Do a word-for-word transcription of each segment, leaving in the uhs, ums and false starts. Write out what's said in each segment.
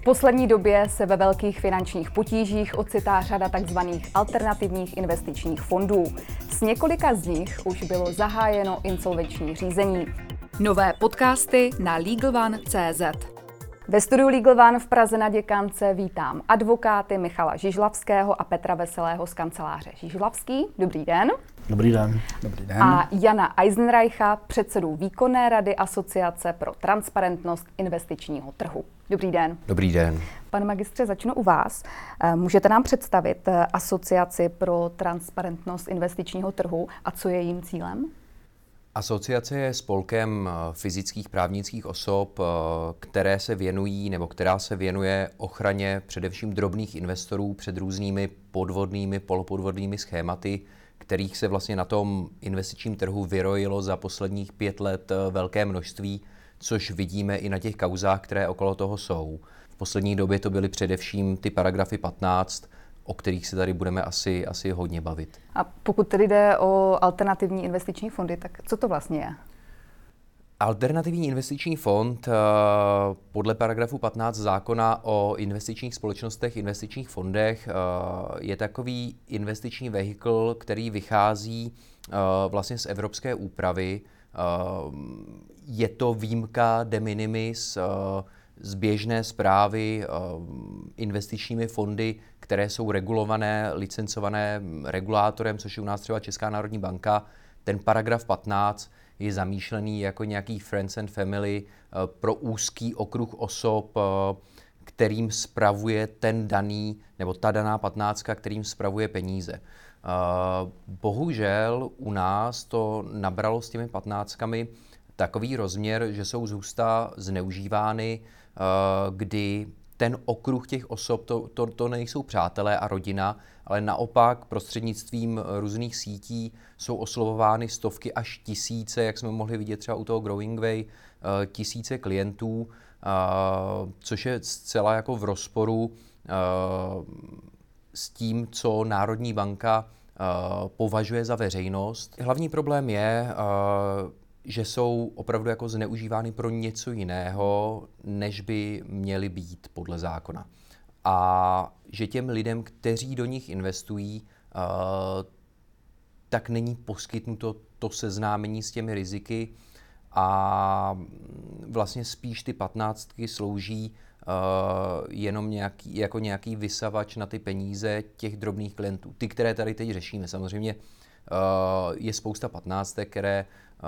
poslední době se ve velkých finančních potížích ocitá řada tzv. Alternativních investičních fondů. S několika z nich už bylo zahájeno insolvenční řízení. Nové podcasty na Legal One tečka cé zet. Ve studiu Legal One v Praze na Děkance vítám advokáty Michala Žižlavského a Petra Veselého z kanceláře Žižlavský. Dobrý den. Dobrý den. Dobrý den. A Jana Eisenreicha, předsedu výkonné rady Asociace pro transparentnost investičního trhu. Dobrý den. Dobrý den. Pane magistře, začnu u vás. Můžete nám představit Asociaci pro transparentnost investičního trhu a co je jejím cílem? Asociace je spolkem fyzických právnických osob, které se věnují nebo která se věnuje ochraně především drobných investorů před různými podvodnými, polopodvodnými schématy, kterých se vlastně na tom investičním trhu vyrojilo za posledních pět let velké množství, což vidíme i na těch kauzách, které okolo toho jsou. V poslední době to byly především ty paragrafy patnáct, o kterých se tady budeme asi, asi hodně bavit. A pokud tedy jde o alternativní investiční fondy, tak co to vlastně je? Alternativní investiční fond podle paragrafu patnáct zákona o investičních společnostech, investičních fondech je takový investiční vehikl, který vychází vlastně z evropské úpravy. Je to výjimka de minimis z běžné správy investičními fondy, které jsou regulované, licencované regulátorem, což je u nás třeba Česká národní banka. Ten paragraf patnáct je zamýšlený jako nějaký friends and family pro úzký okruh osob, kterým spravuje ten daný, nebo ta daná patnáctka, kterým spravuje peníze. Bohužel u nás to nabralo s těmi patnáctkami takový rozměr, že jsou zhusta zneužívány, kdy ten okruh těch osob, to, to, to nejsou přátelé a rodina, ale naopak prostřednictvím různých sítí jsou oslovovány stovky až tisíce, jak jsme mohli vidět třeba u toho Growing Way, tisíce klientů, což je zcela jako v rozporu s tím, co Národní banka považuje za veřejnost. Hlavní problém je, že jsou opravdu jako zneužívány pro něco jiného, než by měly být podle zákona. A že těm lidem, kteří do nich investují, tak není poskytnuto to seznámení s těmi riziky a vlastně spíš ty patnáctky slouží jenom nějaký, jako nějaký vysavač na ty peníze těch drobných klientů. Ty, které tady teď řešíme. Samozřejmě je spousta patnáctek, které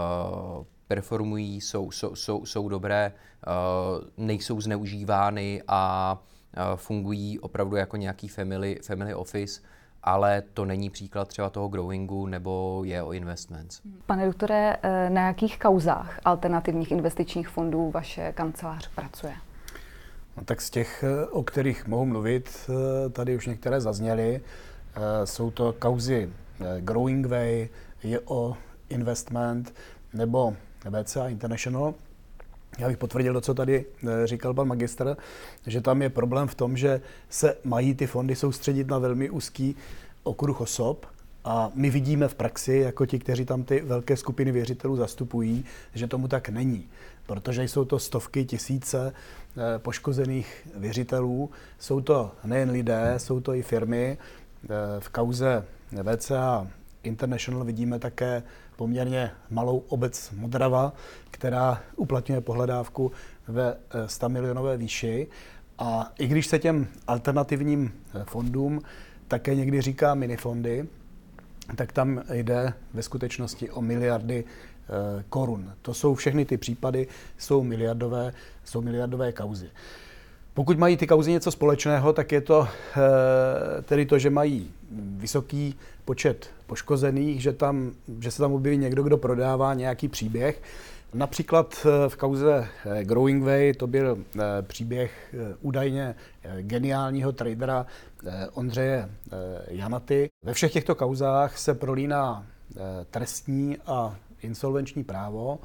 performují, jsou, jsou, jsou, jsou dobré, nejsou zneužívány a fungují opravdu jako nějaký family, family office, ale to není příklad třeba toho growingu nebo je o investments. Pane doktore, na jakých kauzách alternativních investičních fondů vaše kancelář pracuje? No, tak z těch, o kterých mohu mluvit, tady už některé zazněly. Jsou to kauzy Growing Way, je o investment nebo V C A International. Já bych potvrdil to, co tady říkal pan magistr, že tam je problém v tom, že se mají ty fondy soustředit na velmi úzký okruh osob a my vidíme v praxi, jako ti, kteří tam ty velké skupiny věřitelů zastupují, že tomu tak není, protože jsou to stovky, tisíce poškozených věřitelů, jsou to nejen lidé, jsou to i firmy. V kauze V C A International vidíme také poměrně malou obec Modrava, která uplatňuje pohledávku ve sto milionové výši. A i když se těm alternativním fondům také někdy říká minifondy, tak tam jde ve skutečnosti o miliardy korun. To jsou všechny ty případy, jsou miliardové, jsou miliardové kauzy. Pokud mají ty kauzy něco společného, tak je to tedy to, že mají vysoký počet poškozených, že, tam, že se tam objeví někdo, kdo prodává nějaký příběh. Například v kauze Growing Way to byl příběh údajně geniálního tradera Ondřeje Janaty. Ve všech těchto kauzách se prolíná trestní a insolvenční právo.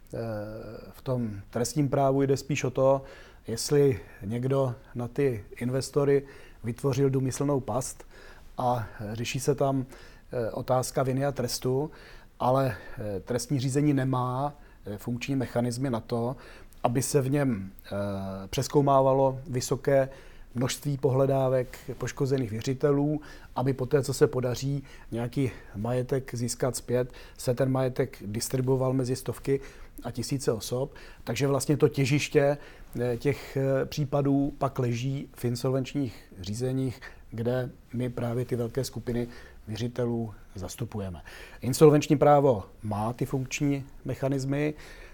V tom trestním právu jde spíš o to, jestli někdo na ty investory vytvořil důmyslnou past a řeší se tam otázka viny a trestu, ale trestní řízení nemá funkční mechanismy na to, aby se v něm přezkoumávalo vysoké množství pohledávek poškozených věřitelů, aby poté, co se podaří nějaký majetek získat zpět, se ten majetek distribuoval mezi stovky a tisíce osob. Takže vlastně to těžiště těch případů pak leží v insolvenčních řízeních, kde my právě ty velké skupiny věřitelů zastupujeme. Insolvenční právo má ty funkční mechanismy.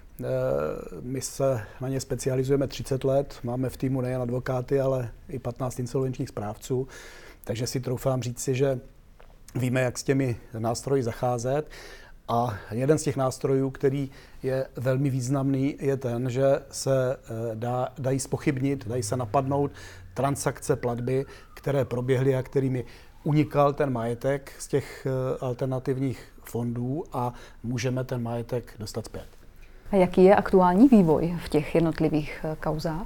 My se na ně specializujeme třicet let, máme v týmu nejen advokáty, ale i patnáct insolvenčních správců, takže si troufám říci, že víme, jak s těmi nástroji zacházet. A jeden z těch nástrojů, který je velmi významný, je ten, že se dá, dají zpochybnit, dají se napadnout transakce platby, které proběhly a kterými unikal ten majetek z těch alternativních fondů a můžeme ten majetek dostat zpět. A jaký je aktuální vývoj v těch jednotlivých kauzách?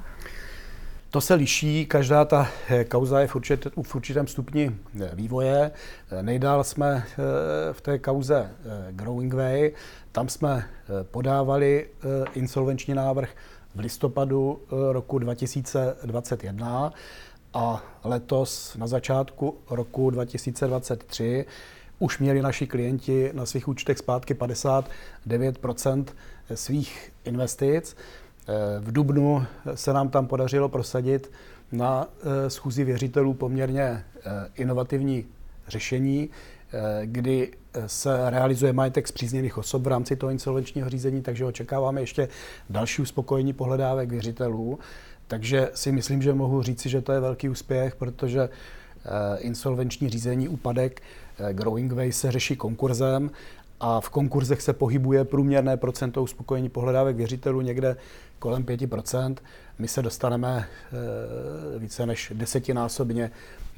To se liší, každá ta kauza je v, určit, v určitém stupni vývoje. Nejdál jsme v té kauze Growing Way, tam jsme podávali insolvenční návrh v listopadu roku dva tisíce dvacet jedna a letos na začátku roku dva tisíce dvacet tři už měli naši klienti na svých účtech zpátky padesát devět procent svých investic. V dubnu se nám tam podařilo prosadit na schůzi věřitelů poměrně inovativní řešení, kdy se realizuje majetek spřízněných osob v rámci toho insolvenčního řízení, takže očekáváme ještě další uspokojení pohledávek věřitelů. Takže si myslím, že mohu říci, že to je velký úspěch, protože insolvenční řízení, úpadek Growing Way se řeší konkurzem a v konkurzech se pohybuje průměrné procento uspokojení pohledávek věřitelů někde kolem pět procent. My se dostaneme více než desetinásobně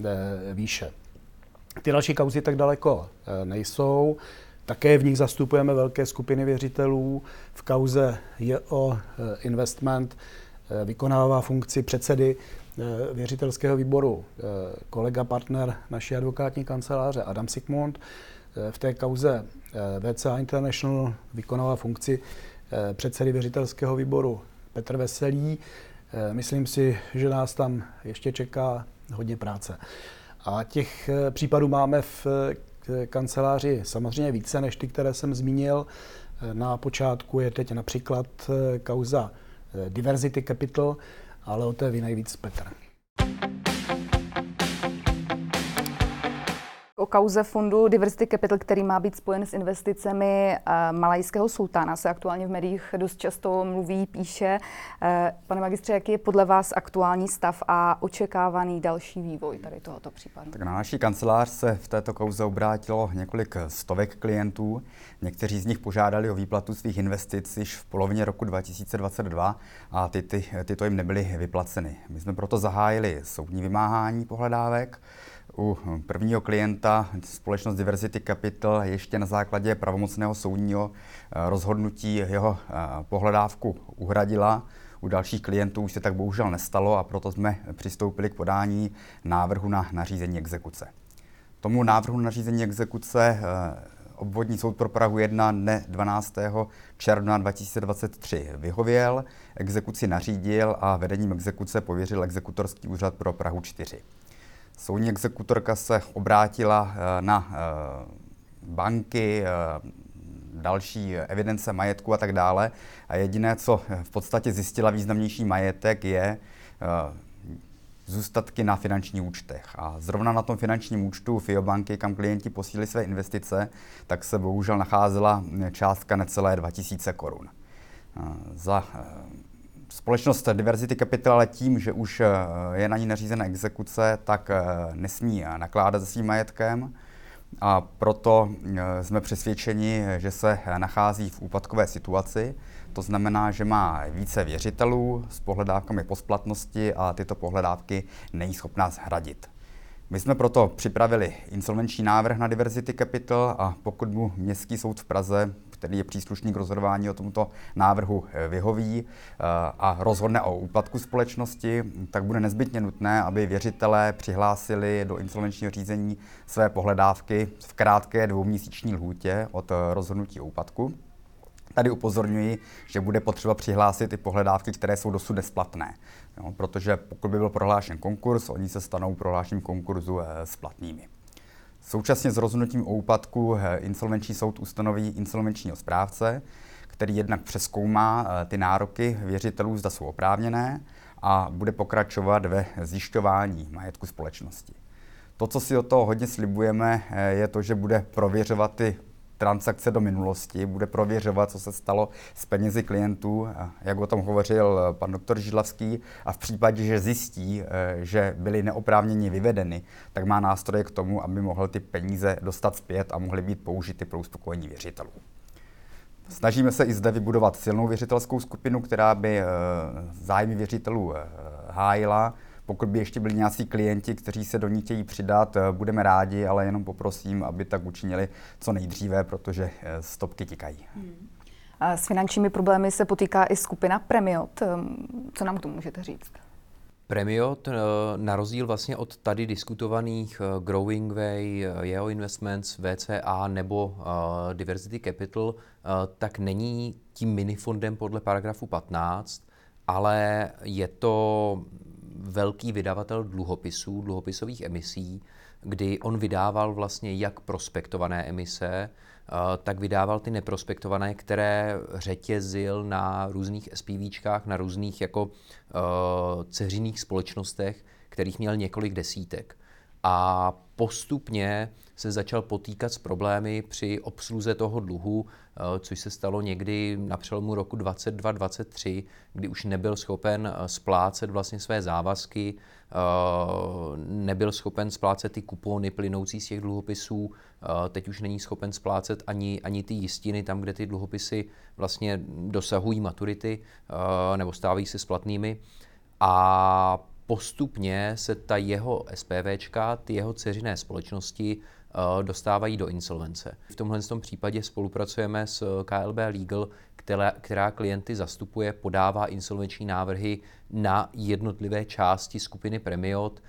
výše. Ty další kauzy tak daleko nejsou. Také v nich zastupujeme velké skupiny věřitelů. V kauze J O Investment vykonává funkci předsedy věřitelského výboru kolega, partner naší advokátní kanceláře Adam Sigmund. V té kauze V C A International vykonává funkci předsedy věřitelského výboru Petr Veselý. Myslím si, že nás tam ještě čeká hodně práce. A těch případů máme v kanceláři samozřejmě více než ty, které jsem zmínil. Na počátku je teď například kauza Diversity Capital, ale o té ví nejvíc Petr. O kauze fondu Diversity Capital, který má být spojen s investicemi malajského sultána, se aktuálně v médiích dost často mluví, píše. Pane magistře, jaký je podle vás aktuální stav a očekávaný další vývoj tady tohoto případu? Tak na naší kancelář se v této kauze obrátilo několik stovek klientů. Někteří z nich požádali o výplatu svých investic již v polovině roku dva tisíce dvacet dva a ty, ty, tyto jim nebyly vyplaceny. My jsme proto zahájili soudní vymáhání pohledávek. U prvního klienta společnost Diversity Capital ještě na základě pravomocného soudního rozhodnutí jeho pohledávku uhradila. U dalších klientů už se tak bohužel nestalo a proto jsme přistoupili k podání návrhu na nařízení exekuce. Tomu návrhu na nařízení exekuce Obvodní soud pro Prahu jedna dne dvanáctého června dva tisíce dvacet tři vyhověl, exekuci nařídil a vedením exekuce pověřil exekutorský úřad pro Prahu čtyři. Soudní exekutorka se obrátila na banky, další evidence majetku a tak dále a jediné, co v podstatě zjistila významnější majetek, je zůstatky na finančních účtech. A zrovna na tom finančním účtu FIObanky, kam klienti posílili své investice, tak se bohužel nacházela částka necelé dva tisíce korun. Za společnost Diversity Capital, ale tím, že už je na ní nařízena exekuce, tak nesmí nakládat se svým majetkem a proto jsme přesvědčeni, že se nachází v úpadkové situaci. To znamená, že má více věřitelů s pohledávkami po splatnosti a tyto pohledávky není schopná zhradit. My jsme proto připravili insolvenční návrh na Diversity Capital a pokud mu Městský soud v Praze, který je příslušný k rozhodování o tomto návrhu, vyhoví a rozhodne o úpadku společnosti, tak bude nezbytně nutné, aby věřitelé přihlásili do insolvenčního řízení své pohledávky v krátké dvouměsíční lhůtě od rozhodnutí o úpadku. tady upozorňuji, že bude potřeba přihlásit i pohledávky, které jsou dosud nesplatné. Jo, protože pokud by byl prohlášen konkurs, oni se stanou prohlášením konkurzu e, splatnými. Současně s rozhodnutím o úpadku e, insolvenční soud ustanoví insolvenčního správce, který jednak přezkoumá e, ty nároky věřitelů, zda jsou oprávněné, a bude pokračovat ve zjišťování majetku společnosti. To, co si od toho hodně slibujeme, je to, že bude prověřovat ty transakce do minulosti, bude prověřovat, co se stalo s penězi klientů, jak o tom hovořil pan doktor Židlavský, a v případě, že zjistí, že byly neoprávněně vyvedeny, tak má nástroje k tomu, aby mohl ty peníze dostat zpět a mohly být použity pro uspokojení věřitelů. Snažíme se i zde vybudovat silnou věřitelskou skupinu, která by zájmy věřitelů hájila. Pokud by ještě byli nějací klienti, kteří se do ní chtějí přidat, budeme rádi, ale jenom poprosím, aby tak učinili co nejdříve, protože stopky tikají. Hmm. A s finančními problémy se potýká i skupina Premiot. Co nám k tomu můžete říct? Premiot, na rozdíl vlastně od tady diskutovaných Growing Way, Yeo Investments, V C A nebo uh, Diversity Capital, uh, tak není tím minifondem podle paragrafu patnáct, ale je to velký vydavatel dluhopisů, dluhopisových emisí, kdy on vydával vlastně jak prospektované emise, tak vydával ty neprospektované, které řetězil na různých SPVčkách, na různých jako uh, dceřiných společnostech, kterých měl několik desítek. A postupně se začal potýkat s problémy při obsluze toho dluhu, což se stalo někdy na přelomu roku dvacet dva dvacet tři, kdy už nebyl schopen splácet vlastně své závazky, nebyl schopen splácet ty kupony plynoucí z těch dluhopisů, teď už není schopen splácet ani, ani ty jistiny tam, kde ty dluhopisy vlastně dosahují maturity nebo stávají se splatnými. A postupně se ta jeho SPVčka, ty jeho dceřiné společnosti dostávají do insolvence. V tomhle tom případě spolupracujeme s K L B Legal, která, která klienty zastupuje, podává insolvenční návrhy na jednotlivé části skupiny Premiot.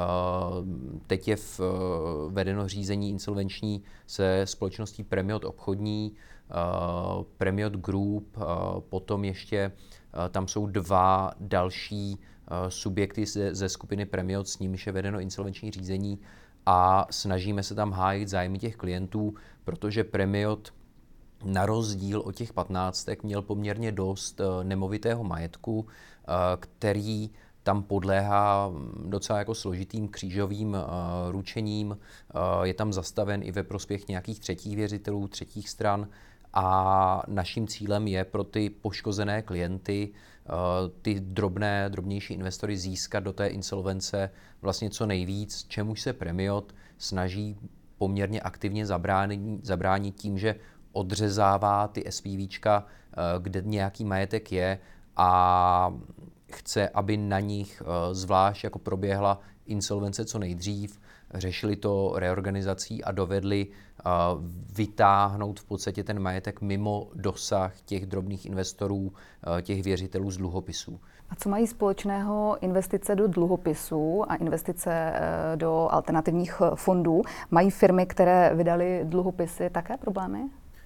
Teď je v, vedeno řízení insolvenční se společností Premiot obchodní, Premiot Group, potom ještě tam jsou dva další subjekty ze, ze skupiny Premiot, s nimiž je vedeno insolvenční řízení a snažíme se tam hájit zájmy těch klientů, protože Premiot na rozdíl od těch patnáctek měl poměrně dost nemovitého majetku, který tam podléhá docela jako složitým křížovým uh, ručením, uh, je tam zastaven i ve prospěch nějakých třetích věřitelů, třetích stran a naším cílem je pro ty poškozené klienty, uh, ty drobné, drobnější investory získat do té insolvence vlastně co nejvíc, čemuž se Premiot snaží poměrně aktivně zabránit, zabránit tím, že odřezává ty SPVčka, uh, kde nějaký majetek je a chce, aby na nich zvlášť jako proběhla insolvence co nejdřív, řešili to reorganizací a dovedli vytáhnout v podstatě ten majetek mimo dosah těch drobných investorů, těch věřitelů z dluhopisů. A co mají společného investice do dluhopisů a investice do alternativních fondů? Mají firmy, které vydaly dluhopisy, také problémy?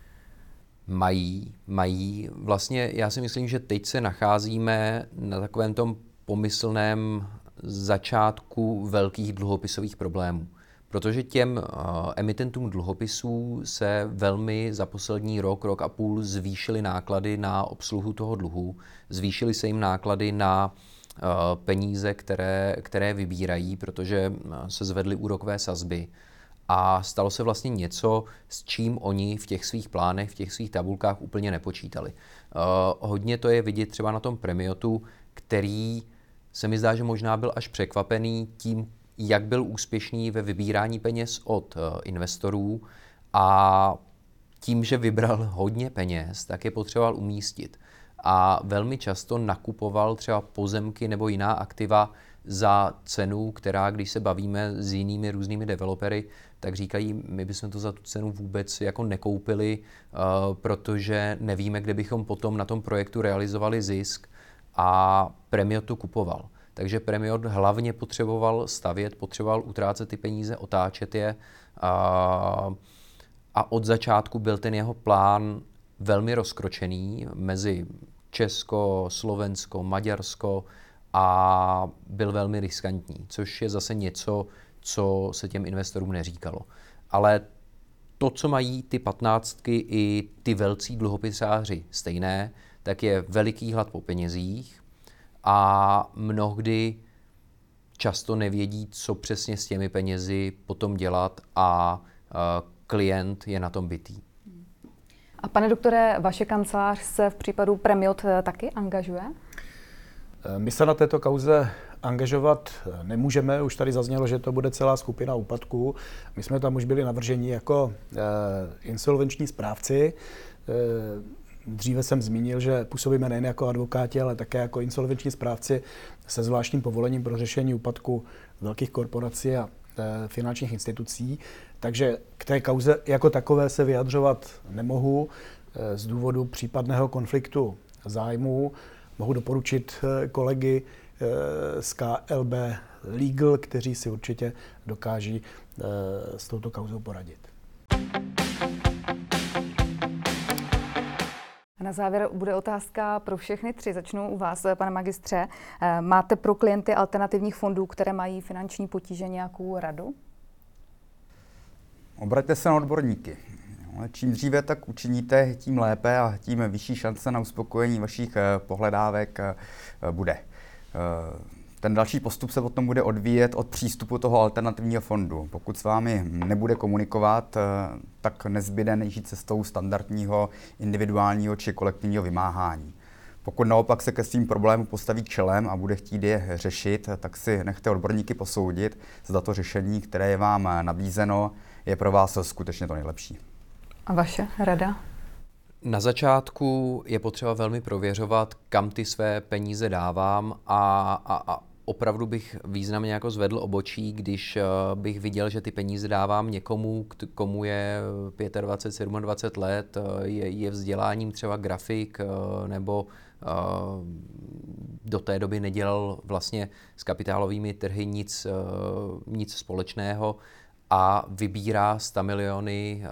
Mají, mají. Vlastně já si myslím, že teď se nacházíme na takovém tom pomyslném začátku velkých dluhopisových problémů. Protože těm uh, emitentům dluhopisů se velmi za poslední rok, rok a půl zvýšily náklady na obsluhu toho dluhu, zvýšily se jim náklady na uh, peníze, které, které vybírají, protože se zvedly úrokové sazby. A stalo se vlastně něco, s čím oni v těch svých plánech, v těch svých tabulkách úplně nepočítali. Uh, hodně to je vidět třeba na tom Premiotu, který se mi zdá, že možná byl až překvapený tím, jak byl úspěšný ve vybírání peněz od uh, investorů a tím, že vybral hodně peněz, tak je potřeboval umístit. A velmi často nakupoval třeba pozemky nebo jiná aktiva za cenu, která, když se bavíme s jinými různými developery, tak říkají, my bychom to za tu cenu vůbec jako nekoupili, uh, protože nevíme, kde bychom potom na tom projektu realizovali zisk a Premiot to kupoval. Takže Premiot hlavně potřeboval stavět, potřeboval utrácet ty peníze, otáčet je uh, a od začátku byl ten jeho plán velmi rozkročený mezi Česko, Slovensko, Maďarsko a byl velmi riskantní, což je zase něco, co se těm investorům neříkalo. Ale to, co mají ty patnáctky i ty velcí dluhopisáři stejné, tak je veliký hlad po penězích a mnohdy často nevědí, co přesně s těmi penězi potom dělat a klient je na tom bitý. A pane doktore, vaše kancelář se v případu Premiot taky angažuje? My se na této kauze angažovat nemůžeme, už tady zaznělo, že to bude celá skupina úpadků. My jsme tam už byli navrženi jako e, insolvenční správci. E, dříve jsem zmínil, že působíme nejen jako advokáti, ale také jako insolvenční správci se zvláštním povolením pro řešení úpadku velkých korporací a e, finančních institucí. Takže k té kauze jako takové se vyjadřovat nemohu e, z důvodu případného konfliktu zájmů. Mohu doporučit kolegy z K L B Legal, kteří si určitě dokáží s touto kauzou poradit. Na závěr bude otázka pro všechny tři. Začnu u vás, pane magistře. Máte pro klienty alternativních fondů, které mají finanční potíže, nějakou radu? Obraťte se na odborníky. Čím dříve tak učiníte, tím lépe a tím vyšší šance na uspokojení vašich pohledávek bude. Ten další postup se potom bude odvíjet od přístupu toho alternativního fondu. Pokud s vámi nebude komunikovat, tak nezbyde než jít cestou standardního individuálního či kolektivního vymáhání. Pokud naopak se ke svým problémům postaví čelem a bude chtít je řešit, tak si nechte odborníky posoudit, zda to řešení, které je vám nabízeno, je pro vás skutečně to nejlepší. A vaše rada? Na začátku je potřeba velmi prověřovat, kam ty své peníze dávám a, a, a opravdu bych významně jako zvedl obočí, když bych viděl, že ty peníze dávám někomu, komu je dvacet pět, dvacet sedm let, je, je vzděláním třeba grafik nebo do té doby nedělal vlastně s kapitálovými trhy nic, nic společného a vybírá sto miliony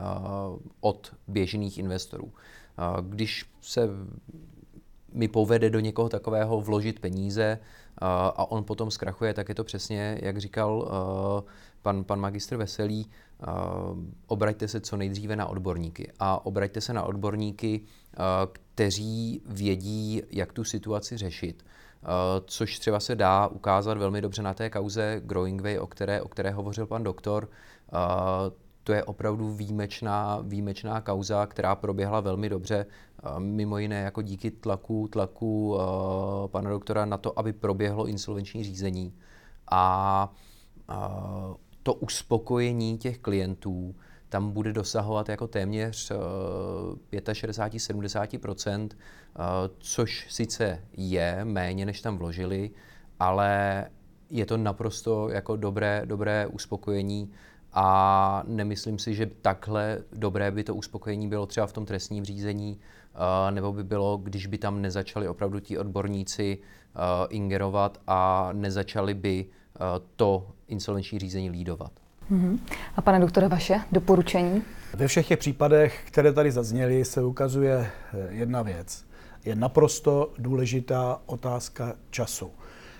od běžných investorů. Když se mi povede do někoho takového vložit peníze a on potom zkrachuje, tak je to přesně, jak říkal pan, pan magistr Veselý, obraťte se co nejdříve na odborníky. A obraťte se na odborníky, kteří vědí, jak tu situaci řešit. Což třeba se dá ukázat velmi dobře na té kauze Growing Way, o které, o které hovořil pan doktor. To je opravdu výjimečná, výjimečná kauza, která proběhla velmi dobře, mimo jiné jako díky tlaku, tlaku uh, pana doktora na to, aby proběhlo insolvenční řízení. A uh, to uspokojení těch klientů tam bude dosahovat jako téměř uh, šedesát pět až sedmdesát procent, uh, což sice je méně, než tam vložili, ale je to naprosto jako dobré, dobré uspokojení. A nemyslím si, že takhle dobré by to uspokojení bylo třeba v tom trestním řízení, nebo by bylo, když by tam nezačali opravdu ti odborníci ingerovat a nezačali by to insolvenční řízení lídovat. Mm-hmm. A pane doktore, vaše doporučení? Ve všech těch případech, které tady zazněly, se ukazuje jedna věc. Je naprosto důležitá otázka času.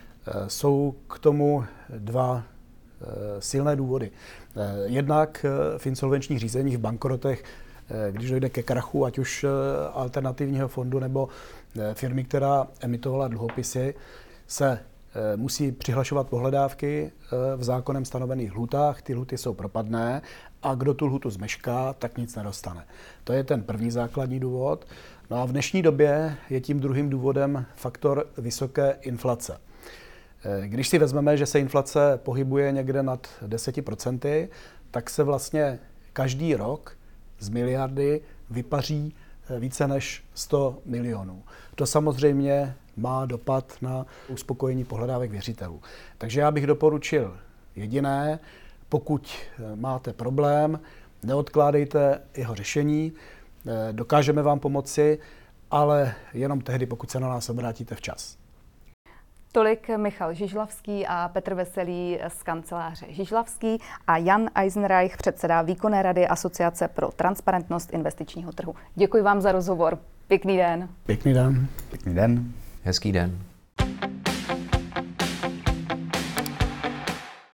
Jsou k tomu dva silné důvody. Jednak v insolvenčních řízeních, v bankrotech, když dojde ke krachu, ať už alternativního fondu nebo firmy, která emitovala dluhopisy, se musí přihlašovat pohledávky v zákonem stanovených lhůtách. Ty lhůty jsou propadné a kdo tu lhůtu zmešká, tak nic nedostane. To je ten první základní důvod. No a v dnešní době je tím druhým důvodem faktor vysoké inflace. Když si vezmeme, že se inflace pohybuje někde nad deset procent, tak se vlastně každý rok z miliardy vypaří více než sto milionů. To samozřejmě má dopad na uspokojení pohledávek věřitelů. Takže já bych doporučil jediné, pokud máte problém, neodkládejte jeho řešení, dokážeme vám pomoci, ale jenom tehdy, pokud se na nás obrátíte včas. Tolik Michal Žižlavský a Petr Veselý z kanceláře Žižlavský a Jan Eisenreich, předseda výkonné rady Asociace pro transparentnost investičního trhu. Děkuji vám za rozhovor. Pěkný den. Pěkný den. Pěkný den. Hezký den.